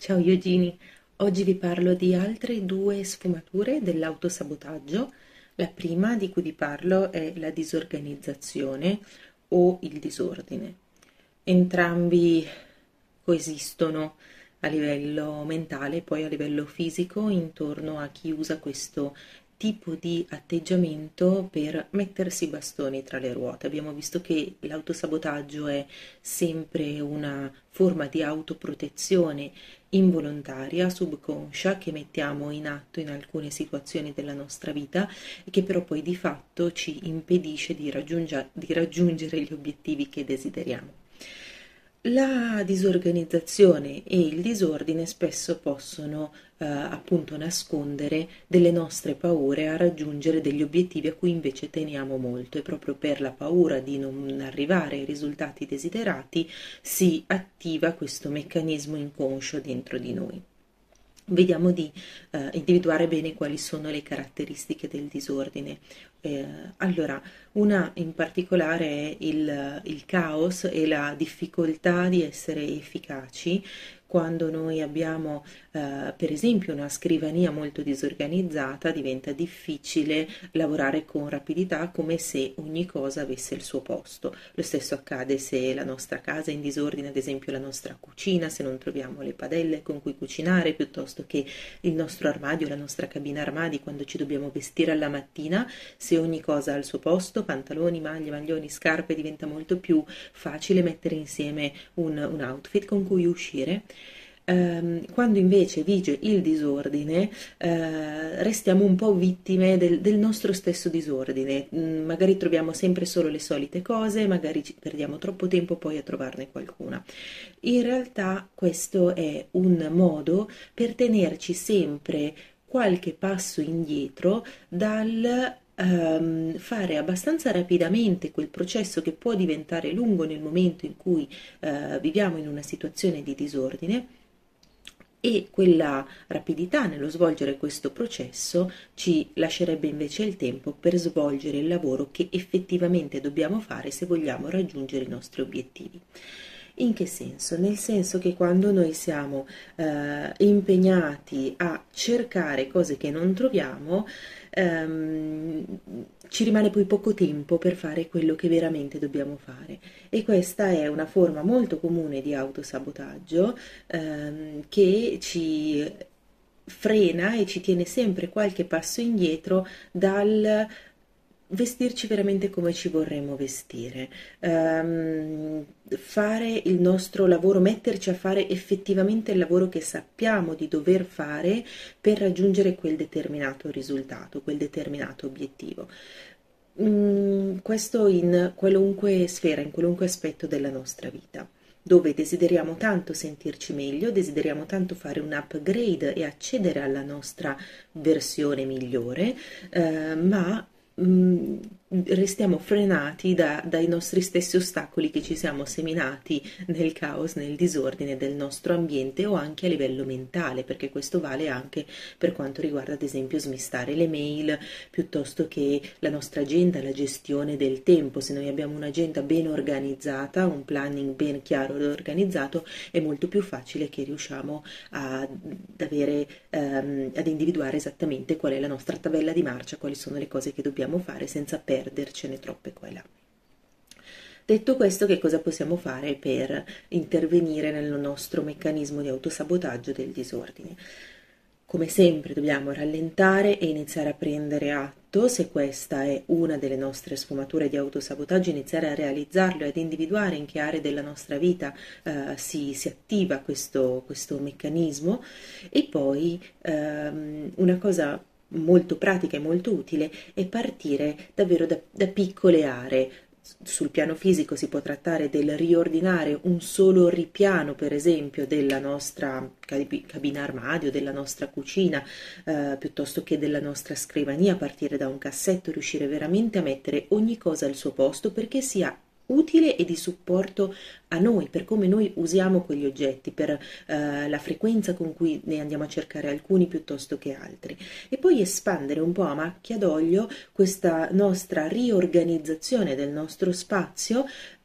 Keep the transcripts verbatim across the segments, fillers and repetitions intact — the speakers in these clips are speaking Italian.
Ciao Eugenie, oggi vi parlo di altre due sfumature dell'autosabotaggio. La prima di cui vi parlo è la disorganizzazione o il disordine. Entrambi coesistono a livello mentale e poi a livello fisico intorno a chi usa questo tipo di atteggiamento per mettersi i bastoni tra le ruote. Abbiamo visto che l'autosabotaggio è sempre una forma di autoprotezione involontaria, subconscia, che mettiamo in atto in alcune situazioni della nostra vita e che però poi di fatto ci impedisce di, raggiunge- di raggiungere gli obiettivi che desideriamo. La disorganizzazione e il disordine spesso possono eh, appunto nascondere delle nostre paure a raggiungere degli obiettivi a cui invece teniamo molto e proprio per la paura di non arrivare ai risultati desiderati si attiva questo meccanismo inconscio dentro di noi. Vediamo di eh, individuare bene quali sono le caratteristiche del disordine. Eh, allora, una in particolare è il, il caos e la difficoltà di essere efficaci quando noi abbiamo, eh, per esempio, una scrivania molto disorganizzata, diventa difficile lavorare con rapidità come se ogni cosa avesse il suo posto. Lo stesso accade se la nostra casa è in disordine, ad esempio la nostra cucina, se non troviamo le padelle con cui cucinare, piuttosto che il nostro armadio, la nostra cabina armadi quando ci dobbiamo vestire alla mattina, se ogni cosa ha il suo posto, pantaloni, maglie, maglioni, scarpe, diventa molto più facile mettere insieme un, un outfit con cui uscire. Ehm, quando invece vige il disordine, eh, restiamo un po' vittime del, del nostro stesso disordine. Mm, magari troviamo sempre solo le solite cose, magari ci perdiamo troppo tempo poi a trovarne qualcuna. In realtà questo è un modo per tenerci sempre qualche passo indietro dal ehm, fare abbastanza rapidamente quel processo che può diventare lungo nel momento in cui eh, viviamo in una situazione di disordine, e quella rapidità nello svolgere questo processo ci lascerebbe invece il tempo per svolgere il lavoro che effettivamente dobbiamo fare se vogliamo raggiungere i nostri obiettivi. In che senso? Nel senso che quando noi siamo eh, impegnati a cercare cose che non troviamo, ehm, ci rimane poi poco tempo per fare quello che veramente dobbiamo fare. E questa è una forma molto comune di autosabotaggio ehm, che ci frena e ci tiene sempre qualche passo indietro dal vestirci veramente come ci vorremmo vestire, ehm, fare il nostro lavoro, metterci a fare effettivamente il lavoro che sappiamo di dover fare per raggiungere quel determinato risultato, quel determinato obiettivo. Mm, questo in qualunque sfera, in qualunque aspetto della nostra vita, dove desideriamo tanto sentirci meglio, desideriamo tanto fare un upgrade e accedere alla nostra versione migliore, eh, ma mh, restiamo frenati da- dai nostri stessi ostacoli che ci siamo seminati nel caos, nel disordine del nostro ambiente o anche a livello mentale, perché questo vale anche per quanto riguarda ad esempio smistare le mail piuttosto che la nostra agenda, la gestione del tempo. Se noi abbiamo un'agenda ben organizzata, un planning ben chiaro ed organizzato, è molto più facile che riusciamo ad avere, ehm, ad individuare esattamente qual è la nostra tabella di marcia, quali sono le cose che dobbiamo fare senza perdercene troppe qua e là. Detto questo, che cosa possiamo fare per intervenire nel nostro meccanismo di autosabotaggio del disordine? Come sempre dobbiamo rallentare e iniziare a prendere atto, se questa è una delle nostre sfumature di autosabotaggio, iniziare a realizzarlo e ad individuare in che aree della nostra vita eh, si, si attiva questo, questo meccanismo. E poi ehm, una cosa molto pratica e molto utile è partire davvero da, da piccole aree. Sul piano fisico si può trattare del riordinare un solo ripiano, per esempio, della nostra cabina armadio, della nostra cucina, eh, piuttosto che della nostra scrivania, partire da un cassetto, riuscire veramente a mettere ogni cosa al suo posto perché sia utile e di supporto a noi, per come noi usiamo quegli oggetti, per eh, la frequenza con cui ne andiamo a cercare alcuni piuttosto che altri, e poi espandere un po' a macchia d'olio questa nostra riorganizzazione del nostro spazio a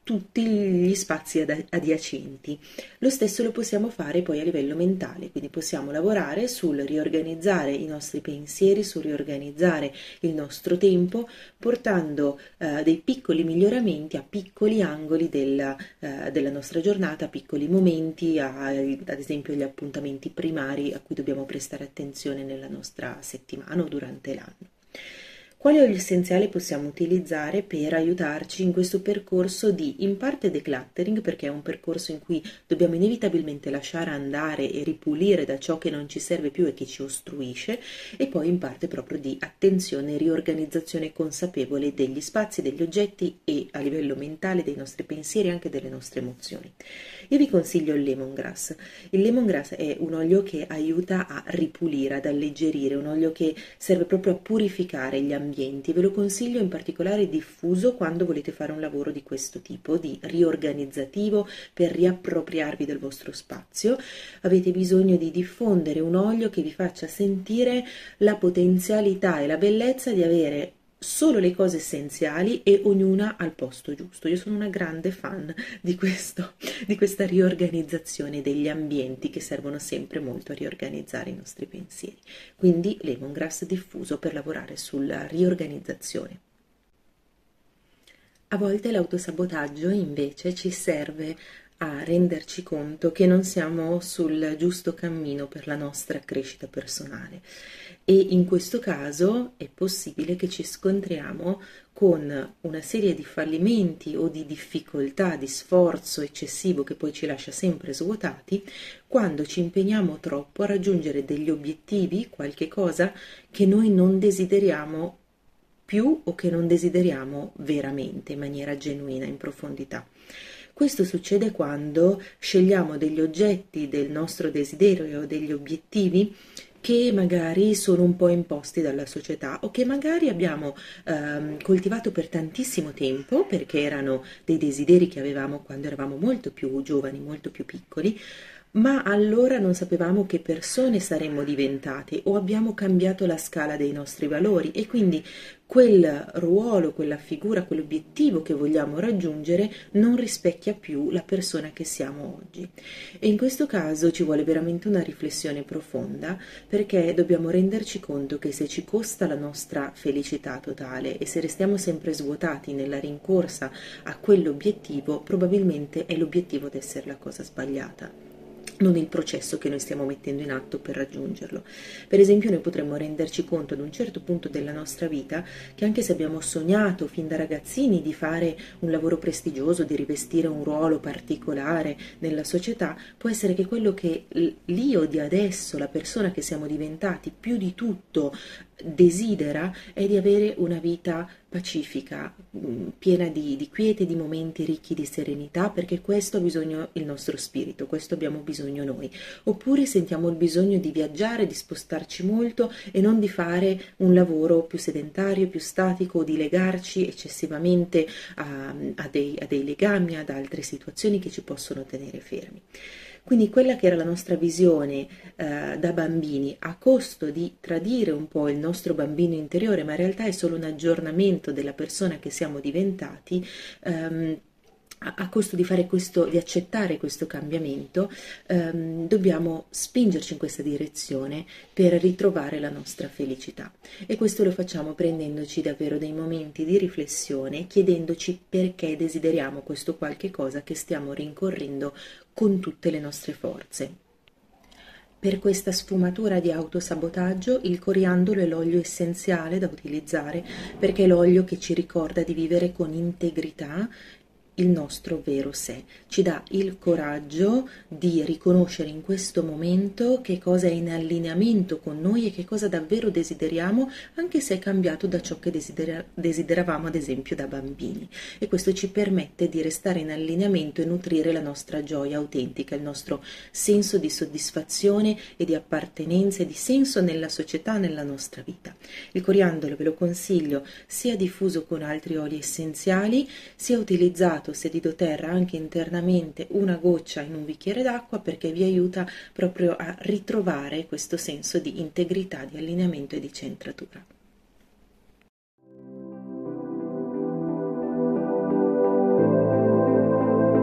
tutti gli spazi ad- adiacenti. Lo stesso lo possiamo fare poi a livello mentale, quindi possiamo lavorare sul riorganizzare i nostri pensieri, sul riorganizzare il nostro tempo, portando eh, dei piccoli miglioramenti a piccoli angoli della, eh, della nostra giornata, a piccoli momenti, a, ad esempio gli appuntamenti primari a cui dobbiamo prestare attenzione nella nostra settimana o durante l'anno. Quale olio essenziale possiamo utilizzare per aiutarci in questo percorso di, in parte, decluttering, perché è un percorso in cui dobbiamo inevitabilmente lasciare andare e ripulire da ciò che non ci serve più e che ci ostruisce, e poi in parte proprio di attenzione e riorganizzazione consapevole degli spazi, degli oggetti e a livello mentale dei nostri pensieri e anche delle nostre emozioni. Io vi consiglio il lemongrass. Il lemongrass è un olio che aiuta a ripulire, ad alleggerire, un olio che serve proprio a purificare gli ambienti. Ve lo consiglio in particolare diffuso quando volete fare un lavoro di questo tipo, di riorganizzativo, per riappropriarvi del vostro spazio. Avete bisogno di diffondere un olio che vi faccia sentire la potenzialità e la bellezza di avere solo le cose essenziali e ognuna al posto giusto. Io sono una grande fan di questo, di questa riorganizzazione degli ambienti che servono sempre molto a riorganizzare i nostri pensieri. Quindi lemongrass diffuso per lavorare sulla riorganizzazione. A volte l'autosabotaggio invece ci serve a renderci conto che non siamo sul giusto cammino per la nostra crescita personale, e in questo caso è possibile che ci scontriamo con una serie di fallimenti o di difficoltà, di sforzo eccessivo che poi ci lascia sempre svuotati, quando ci impegniamo troppo a raggiungere degli obiettivi, qualche cosa che noi non desideriamo più o che non desideriamo veramente in maniera genuina, in profondità. Questo succede quando scegliamo degli oggetti del nostro desiderio o degli obiettivi che magari sono un po' imposti dalla società o che magari abbiamo ehm, coltivato per tantissimo tempo perché erano dei desideri che avevamo quando eravamo molto più giovani, molto più piccoli, ma allora non sapevamo che persone saremmo diventate o abbiamo cambiato la scala dei nostri valori, e quindi quel ruolo, quella figura, quell'obiettivo che vogliamo raggiungere non rispecchia più la persona che siamo oggi. E in questo caso ci vuole veramente una riflessione profonda, perché dobbiamo renderci conto che se ci costa la nostra felicità totale e se restiamo sempre svuotati nella rincorsa a quell'obiettivo, probabilmente è l'obiettivo ad essere la cosa sbagliata, non il processo che noi stiamo mettendo in atto per raggiungerlo. Per esempio, noi potremmo renderci conto ad un certo punto della nostra vita che anche se abbiamo sognato fin da ragazzini di fare un lavoro prestigioso, di rivestire un ruolo particolare nella società, può essere che quello che l'io di adesso, la persona che siamo diventati, più di tutto desidera è di avere una vita pacifica, piena di, di quiete, di momenti ricchi di serenità, perché questo ha bisogno il nostro spirito, questo abbiamo bisogno noi. Oppure sentiamo il bisogno di viaggiare, di spostarci molto e non di fare un lavoro più sedentario, più statico, o di legarci eccessivamente a, a, dei, a dei legami, ad altre situazioni che ci possono tenere fermi. Quindi quella che era la nostra visione eh, da bambini, a costo di tradire un po' il nostro bambino interiore, ma in realtà è solo un aggiornamento della persona che siamo diventati, ehm, a costo di fare questo, di accettare questo cambiamento, ehm, dobbiamo spingerci in questa direzione per ritrovare la nostra felicità. E questo lo facciamo prendendoci davvero dei momenti di riflessione, chiedendoci perché desideriamo questo qualche cosa che stiamo rincorrendo con tutte le nostre forze. Per questa sfumatura di autosabotaggio il coriandolo è l'olio essenziale da utilizzare, perché è l'olio che ci ricorda di vivere con integrità il nostro vero sé, ci dà il coraggio di riconoscere in questo momento che cosa è in allineamento con noi e che cosa davvero desideriamo, anche se è cambiato da ciò che desidera, desideravamo ad esempio da bambini, e questo ci permette di restare in allineamento e nutrire la nostra gioia autentica, il nostro senso di soddisfazione e di appartenenza e di senso nella società, nella nostra vita. Il coriandolo ve lo consiglio sia diffuso con altri oli essenziali, sia utilizzato sedito terra anche internamente, una goccia in un bicchiere d'acqua, perché vi aiuta proprio a ritrovare questo senso di integrità, di allineamento e di centratura.